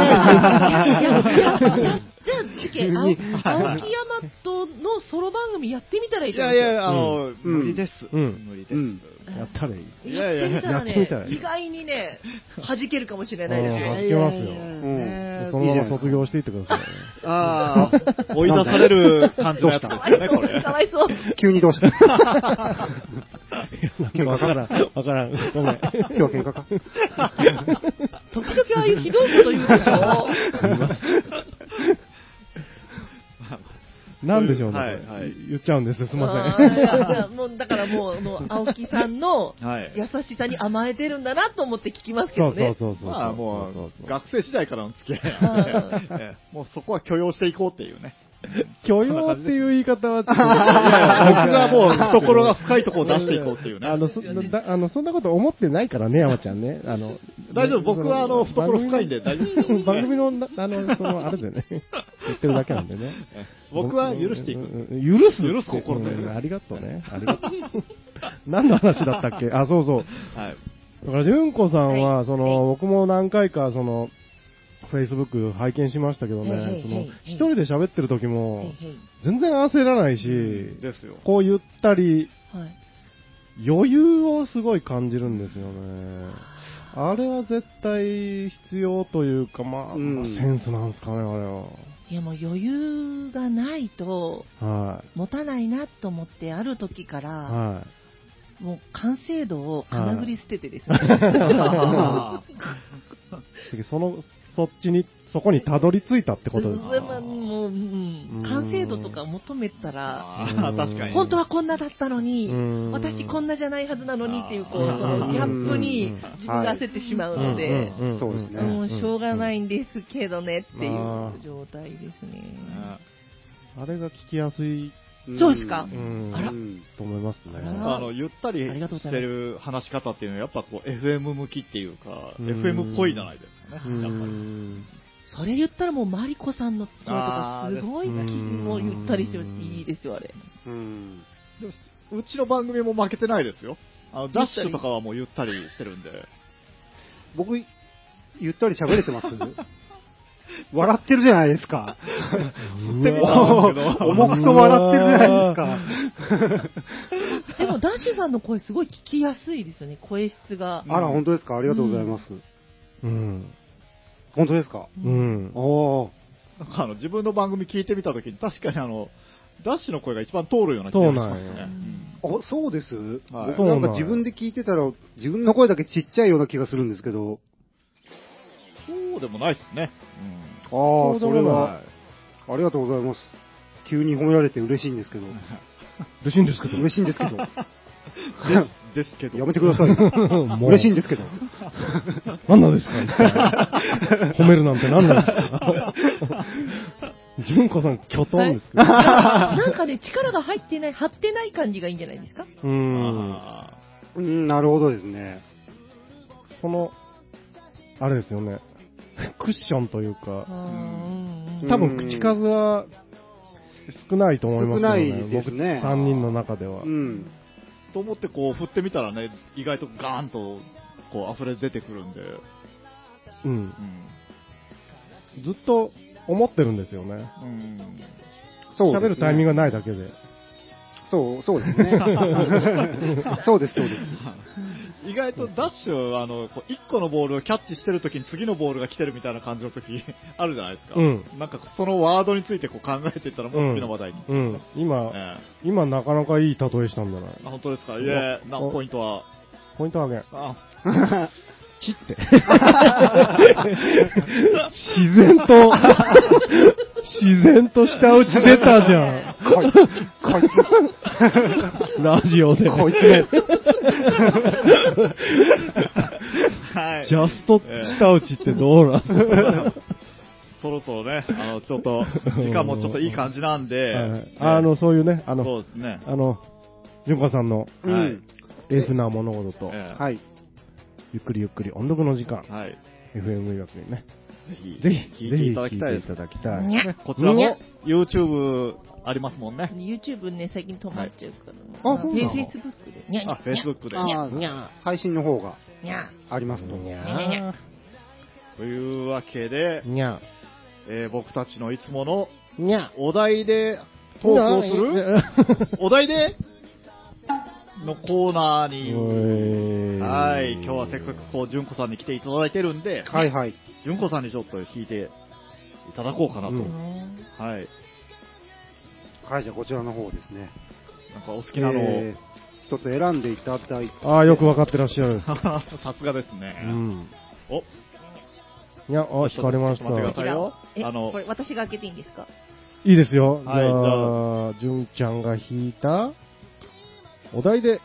ないで。 じゃあ、青木大和のソロ番組やってみたらいいじゃないですか。 無理です。無理です。 やったらいい。 やってみたらね、意外にね、弾けるかもしれないですよ。 弾けますよ。そのまま卒業していってください。追い出される感じのやつですよね、これ。 かわいそう。 急にどうしたわからん。ごめん。 今日は喧嘩か時々ああいうひどいこと言うでしょ。 なんでしょうね。言っちゃうんです。すみません。 もうだからもう青木さんの優しさに甘えてるんだなと思って聞きますけどね。 そう。 まあもう学生時代からの付き合いなんで、もうそこは許容していこうっていうね。 許容っていう言い方は、僕がもう懐が深いところを出していこうっていうね。 そんなこと思ってないからね、山ちゃんね。 大丈夫、僕は懐深いんで大丈夫。 番組の、あれでね、言ってるだけなんでね。 僕は許していく。 許す心で。 ありがとうね。ありがとう。何の話だったっけ？そうそう。だから、純子さんは、僕も何回か、Facebook 拝見しましたけどね、一人で喋ってる時も、全然焦らないし、こうゆったり、余裕をすごい感じるんですよね。あれは絶対必要というか、まあ、センスなんですかね、あれは。 いやもう余裕がないと、持たないなと思って、ある時から、もう完成度をかなぐり捨ててですね。 そこにたどり着いたってことですか？ もう、完成度とか求めたら、 確かに本当はこんなだったのに、私こんなじゃないはずなのにっていう、そのギャップに自分が焦ってしまうので、もうしょうがないんですけどねっていう状態ですね。 あれが聞きやすい。 そうですか。 あらと思いますね。 ゆったりしてる話し方っていうのはやっぱこう FM 向きっていうか FM っぽいじゃないですかね。 それ言ったらもうマリコさんの声とかすごいもうゆったりしていいですよあれ。 うちの番組も負けてないですよ。ダッシュとかはもうゆったりしてるんで。 僕ゆったり喋れてます？ 笑ってるじゃないですか。 振ってみたんですけど。 重くそ笑ってるじゃないですか。 でも、ダッシュさんの声すごい聞きやすいですよね、声質が。 あら、本当ですか？ありがとうございます。 うん。 本当ですか？ うん。 おー。 なんか自分の番組聞いてみたときに、確かにダッシュの声が一番通るような気がしますね。 そうです、 はい、 なんか自分で聞いてたら、自分の声だけちっちゃいような気がするんですけど。 そうでもないですね。 ああ、それは、ありがとうございます。急に褒められて嬉しいんですけど。 嬉しいんですけど。 嬉しいんですけど。 ですけど。 やめてください。嬉しいんですけど。 何なんですか褒めるなんて何なんですか純子さん、きょとんですけど。 なんかね、力が入ってない、張ってない感じがいいんじゃないですか？ なるほどですね。 あれですよね。クッションというか、多分口数は少ないと思いますけどね。 少ないですね。 僕3人の中では。 と思ってこう振ってみたらね、意外とガーンとこう溢れ出てくるんで。 ずっと思ってるんですよね。喋るタイミングがないだけで。 そうですね。そうです。 意外とダッシュ、1個のボールをキャッチしてるときに次のボールが来てるみたいな感じのときあるじゃないですか。なんかそのワードについてこう考えていったらもう次の話題に。 今なかなかいい例えしたんじゃない？ 本当ですか？ポイントは？ ポイントはね。チって。自然と舌打ち出たじゃん。 こいつ。ラジオで。 こいつね。 ジャスト舌打ちってどうなんですか？ そろそろね、ちょっと、時間もちょっといい感じなんで。 そういうね、 そうですね。 純子さんの、エースな物事と、ゆっくり音読の時間、FM 学にね、ぜひ聞いていただきたい。 こちらも YouTube ありますもんね。 YouTube ね、最近止まっちゃうから。 そうなの？ Facebook で。 Facebook で。 配信の方がありますと。 というわけで、僕たちのいつものお題でトークをするお題でのコーナーに、今日はせっかくこう、純子さんに来ていただいてるんで、純子さんにちょっと弾いていただこうかなと。 じゃあこちらの方ですね。 なんかお好きなのを一つ選んでいただいて。 よくわかってらっしゃる。 さすがですね。 引かれました。 これ私が開けていいんですか？ いいですよ。じゃあ、純ちゃんが弾いたお題で。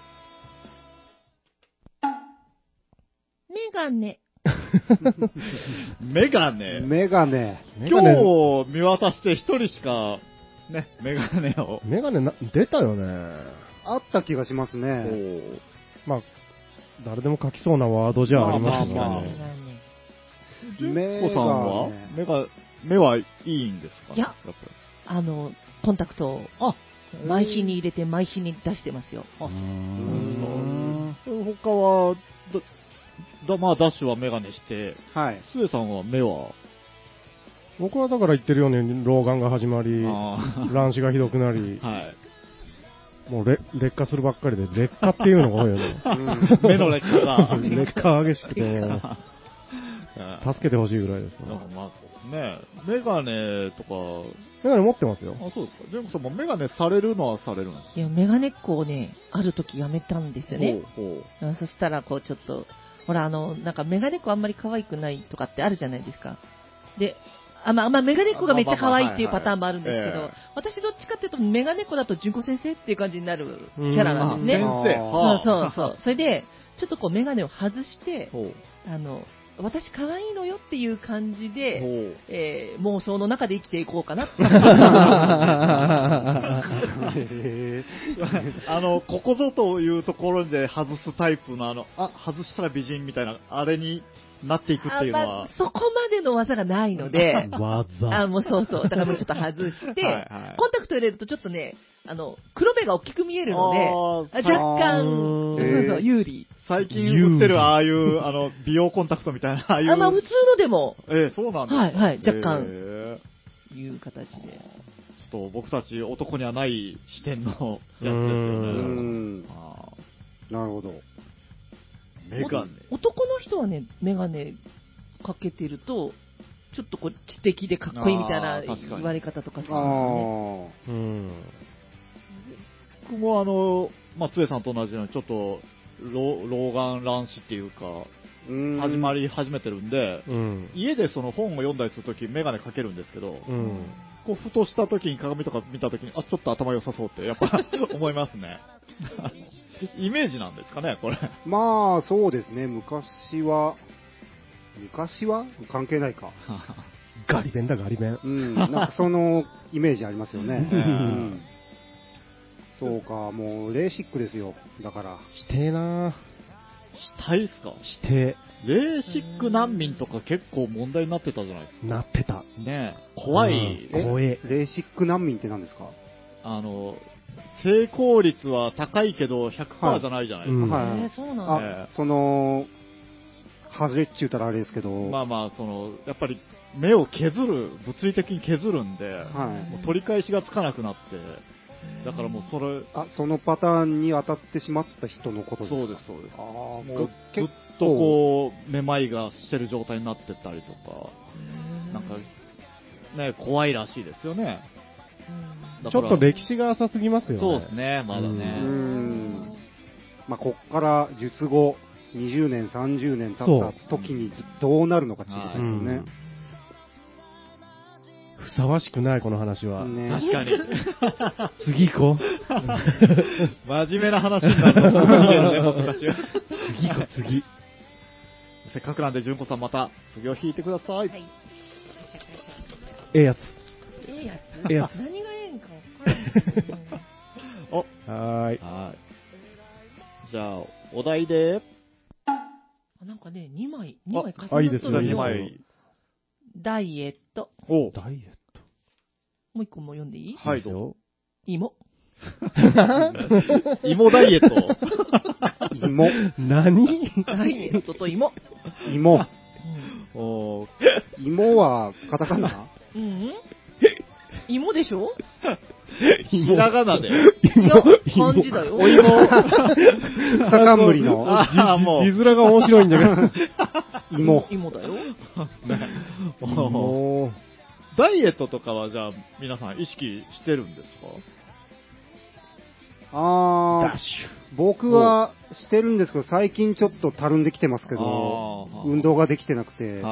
メガネ。 メガネ。今日見渡して一人しか、ね、メガネを。 メガネ出たよね。 あった気がしますね。 まあ、誰でも書きそうなワードじゃありますよね。 純子さんは目はいいんですか？ いや、コンタクトを毎日に入れて毎日に出してますよ。 他はまあダッシュはメガネして、スエさんは目は？ 僕はだから言ってるように老眼が始まり、乱視がひどくなり、もう劣化するばっかりで、劣化っていうのが多いよね。 目の劣化が。 劣化激しくて、助けてほしいぐらいですね。 メガネとか。 メガネ持ってますよ。 そうですか。純子さんもメガネされるのはされるんですか？ いや、メガネっ子をね、ある時やめたんですよね。そしたら、こう、ちょっと、ほら、なんかメガネっ子あんまり可愛くないとかってあるじゃないですか。で、メガネっ子がめっちゃ可愛いっていうパターンもあるんですけど、私どっちかっていうと、メガネっ子だと純子先生っていう感じになるキャラなんですね。そう。それで、ちょっとこうメガネを外して、私可愛いのよっていう感じで、妄想の中で生きていこうかなって。 ここぞというところで外すタイプの外したら美人みたいな、あれになっていくっていうのは。 そこまでの技がないので、 技。 もうそうそう。だからもうちょっと外して、はいはい、コンタクト入れるとちょっとね、黒目が大きく見えるので、若干、そう有利。 最近売ってるああいう、美容コンタクトみたいな、ああいう。 まあ普通のでも。 そうなんですか。 はいはい、若干。いう形で。 ちょっと僕たち男にはない視点のやつですよね。 なるほど。 メガネ。 男の人はね、メガネかけてると、ちょっとこう知的でかっこいいみたいな言われ方とかするんですよね。 僕も松江さんと同じように、ちょっと老眼乱視っていうか、始まり始めてるんで、家でその本を読んだりするとき、メガネかけるんですけど、こうふとしたときに鏡とか見たときに、ちょっと頭良さそうって、やっぱ思いますね。イメージなんですかね、これ。 まあ、そうですね、昔は関係ないか。 ガリ弁だ、ガリ弁。 なんかそのイメージありますよね。そうか、もうレーシックですよ、だから。 してえなしたいっすか？ してレーシック難民とか結構問題になってたじゃないですか。 なってた。 ね怖い。 怖い。 レーシック難民って何ですか？ 成功率は高いけど 100% じゃないじゃないですか。 そうなんだ。 外れっちゅうたらあれですけど。 まあまあ、やっぱり目を物理的に削るんで、もう取り返しがつかなくなって、だからもうそのパターンに当たってしまった人のことですか？ そうです、そうです。もうずっとこう、めまいがしてる状態になってたりとか、なんか、ね、怖いらしいですよね。 ちょっと歴史が浅すぎますよね。 そうですね、まだね。 まあ、こっから術後、20年、30年経った時にどうなるのかっていうことですよね。 ふさわしくない、この話は。 確かに。 次行こう。 真面目な話になるね、僕たちは。 次行こう、次。 せっかくなんで、純子さんまた次を弾いてください。はい。 やつ。 何がええんか分からない。 はーい。 じゃあ、お題で。 なんかね、2枚重なってる。 いいですね、 2枚。 ダイエット。 ダイエット。 もう一個も読んでいい？ はい、どうぞ。 芋ダイエット。 芋。 何？ ダイエットと芋。 芋はカタカナ？ 芋でしょ？ ひらがなで。 漢字だよ。 お芋。草冠の。 字面が面白いんだけど。 芋だよ。 ダイエットとかはじゃあ皆さん意識してるんですか？ 僕はしてるんですけど、最近ちょっとたるんできてますけど、運動ができてなくて、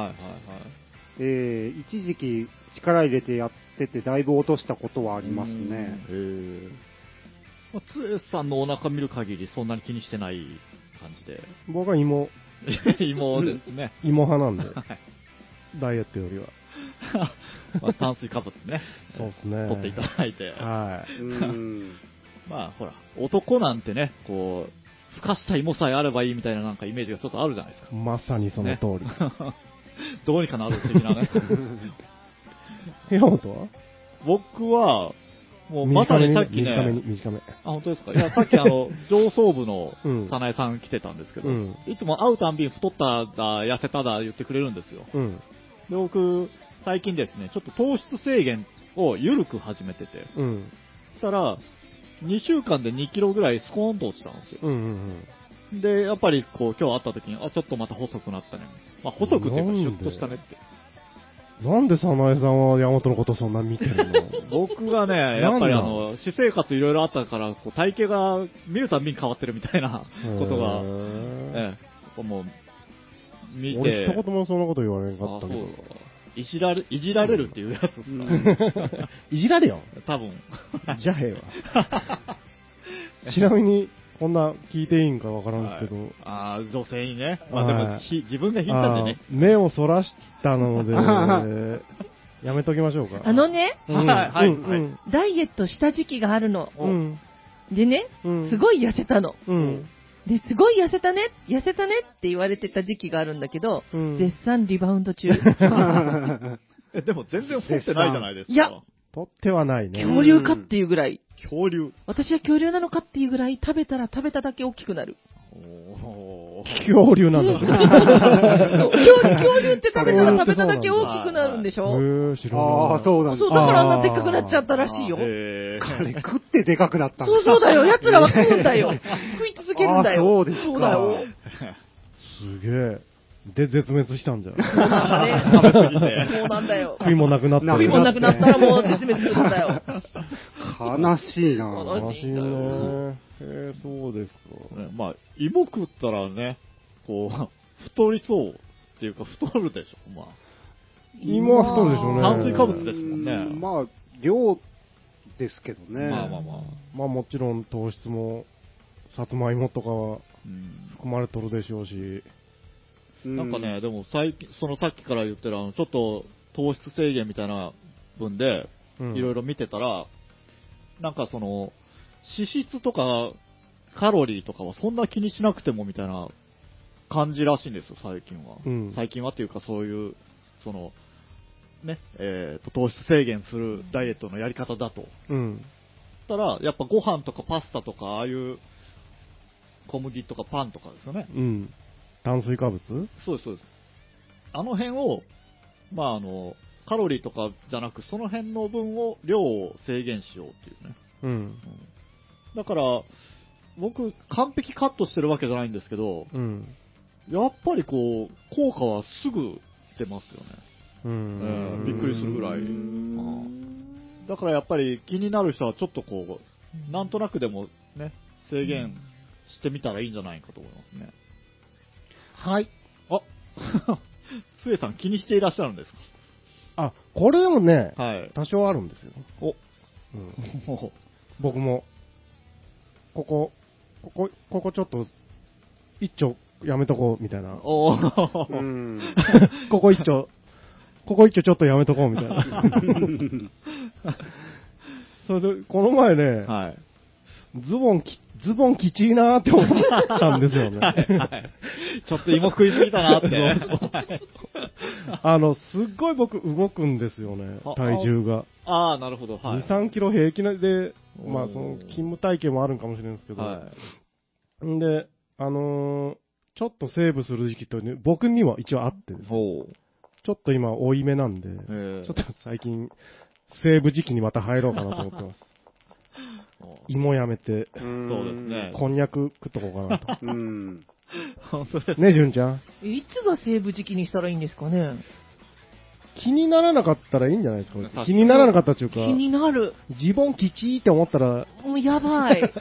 一時期力入れてやっててだいぶ落としたことはありますね。 つえさんのお腹見る限りそんなに気にしてない感じで。 僕は芋ですね。 芋派なんで、ダイエットよりは。 炭水化物ね。 そうですね。 取っていただいて。 はい。 まあほら、男なんてね、こう、ふかした芋さえあればいいみたいななんかイメージがちょっとあるじゃないですか。 まさにその通り。 どうにかなる的なね。 山本は？ 僕は、もうまさにさっきね、 短め。 本当ですか？いや、さっき上層部の早苗さん来てたんですけど、いつも会うたんびに太っただ、痩せただ言ってくれるんですよ。で、僕、最近ですね、ちょっと糖質制限を緩く始めてて、そしたら、2週間で2キロぐらいスコーンと落ちたんですよ。で、やっぱりこう、今日会った時に、ちょっとまた細くなったね。まあ、細くっていうか、シュッとしたねって。 なんで早苗さんは山本のことそんな見てるの？僕がね、やっぱり私生活いろいろあったから、こう体型が見るたびに変わってるみたいなことが、もう、見て。 俺一言もそんなこと言われなかったけど。 いじられるっていうやつですか？ いじられよ。 多分。 じゃへえわ。ちなみに、こんな聞いていいんかわからんですけど。 女性にね。まあでも、自分が引いたんでね。 目をそらしたので、やめときましょうか。 ダイエットした時期があるの。でね、すごい痩せたの。 で、すごい痩せたねって言われてた時期があるんだけど、絶賛リバウンド中。 でも全然太ってないじゃないですか。 いや、 取ってはないね。 恐竜かっていうぐらい。 恐竜。 私は恐竜なのかっていうぐらい食べたら食べただけ大きくなる。 恐竜なんだ。 恐竜って食べたら食べただけ大きくなるんでしょ？ 知らない。 ああ、そうなんそう、だからあんなでっかくなっちゃったらしいよ。 あれ食ってでかくなったんだ。 そうだよ。奴らは食うんだよ。食い続けるんだよ。 そうですか。 そうだよ。 すげえ。で、絶滅したんじゃん。 そうなんだね。食べ過ぎて。そうなんだよ。 食いもなくなった。 食いもなくなったらもう絶滅するんだよ。 悲しいなぁ。 悲しいね。そうですか。 まあ、芋食ったらね、こう、太りそうっていうか、太るでしょ、まあ。 芋は太るでしょうね。 炭水化物ですもんね。 まあ、量ですけどね。 まあ。 まあもちろん糖質も、さつまいもとかは含まれとるでしょうし。 なんかね、でも最近、さっきから言ってるちょっと糖質制限みたいな分で、いろいろ見てたら、なんか脂質とかカロリーとかはそんな気にしなくてもみたいな感じらしいんですよ、最近は。最近はっていうかそういう、ね、糖質制限するダイエットのやり方だと。たら、やっぱご飯とかパスタとか、ああいう小麦とかパンとかですよね。 炭水化物？ そうです。あの辺を、まあカロリーとかじゃなく、その辺の分を、量を制限しようっていうね。だから、僕、完璧カットしてるわけじゃないんですけど、やっぱり効果はすぐ出ますよね。びっくりするぐらい。だからやっぱり気になる人はちょっとなんとなくでもね、制限してみたらいいんじゃないかと思いますね。 はい。 あ、つえさん気にしていらっしゃるんですか？ これでもね、多少あるんですよ。僕も、ここちょっと、一丁やめとこうみたいな。ここ一丁ちょっとやめとこうみたいな。それで、この前ね、ズボンきちいなーって思ったんですよね。 ちょっと芋食いすぎたなって。 すっごい僕動くんですよね、体重が。 なるほど。 2、3キロ平気で、まあ勤務体系もあるんかもしれないんですけど。んで、ちょっとセーブする時期と、僕には一応あってですね。ちょっと今多いめなんで、ちょっと最近、セーブ時期にまた入ろうかなと思ってます。芋やめて、 そうですね。 こんにゃく食っとこうかなと。 本当ですね、純ちゃん。 いつがセーブ時期にしたらいいんですかね？ 気にならなかったらいいんじゃないですか。気にならなかったっていうか。 気になる。 自分きちーって思ったら。 もうやばい。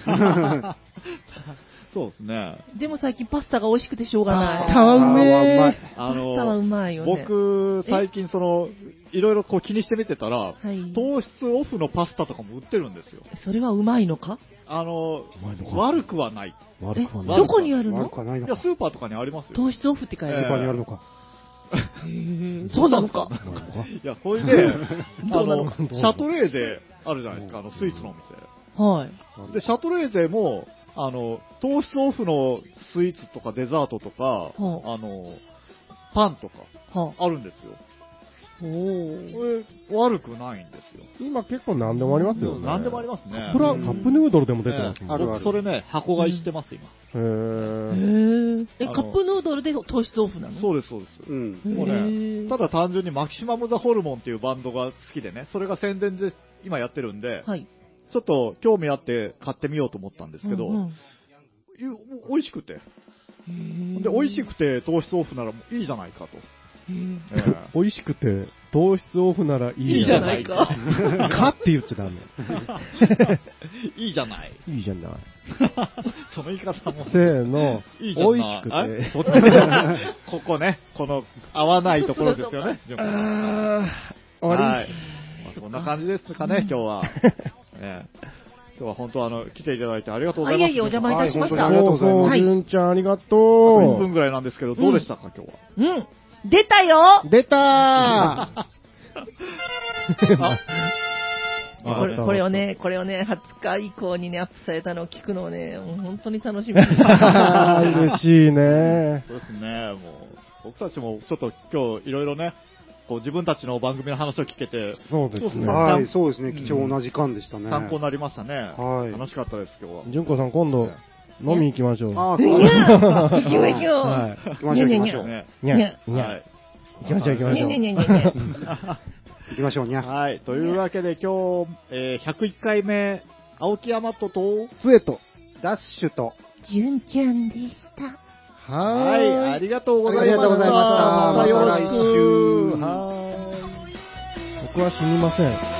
そうですね。 でも最近パスタが美味しくてしょうがない。 パスタはうめえ。 パスタはうまいよね。 僕、最近いろいろ気にしてみてたら、糖質オフのパスタとかも売ってるんですよ。 それはうまいのか？ 悪くはない。 どこにあるの？ いや、スーパーとかにありますよ。 糖質オフって書いてある。 スーパーにあるのか。 そうなのか。 いや、それで、シャトレーゼあるじゃないですか、スイーツのお店。で、シャトレーゼも、糖質オフのスイーツとかデザートとか、パンとか、あるんですよ。これ、悪くないんですよ。 今結構何でもありますよね。 何でもありますね。 カップヌードルでも出てますもんね。 僕、それね、箱買いしてます、今。 カップヌードルで糖質オフなの？ そうです。もうね、ただ単純にマキシマム・ザ・ホルモンっていうバンドが好きでね、それが宣伝で今やってるんで、ちょっと興味あって買ってみようと思ったんですけど、美味しくて。で、美味しくて糖質オフならいいじゃないかと。 美味しくて糖質オフならいいじゃないか。 かって言っちゃダメ。 いいじゃない。 いいじゃない。 その言い方も。 せーの。 いいじゃない。 美味しくて。 ここね、合わないところですよね。 終わり。 はい。こんな感じですかね、今日は。今日は本当来ていただいてありがとうございます。 お邪魔いたしました。 ありがとうございます。 純ちゃんありがとう。 1分ぐらいなんですけど、どうでしたか、今日は。 出たよ。 出たー。 これをね、20日以降にね、アップされたのを聞くのをね、もう本当に楽しみに。 嬉しいね。 そうですね、もう、僕たちもちょっと今日いろいろね、こう自分たちの番組の話を聞けて、 そうですね。 はい、そうですね、貴重な時間でしたね。 参考になりましたね。 はい。 楽しかったです、今日は。 純子さん、今度、飲み行きましょう。 ああ、そうですね。 行きましょう。 はい。行きましょう、行きましょう。 ね。 にゃ、にゃ。行きましょう、行きましょう。 行きましょう、にゃ。 はい。というわけで今日、101回目、青木山とつえと、 ダッシュと、 純ちゃんでした。 はい。ありがとうございました。 ありがとうございました。 またよろしく。 また来週。 はい。僕は死にません。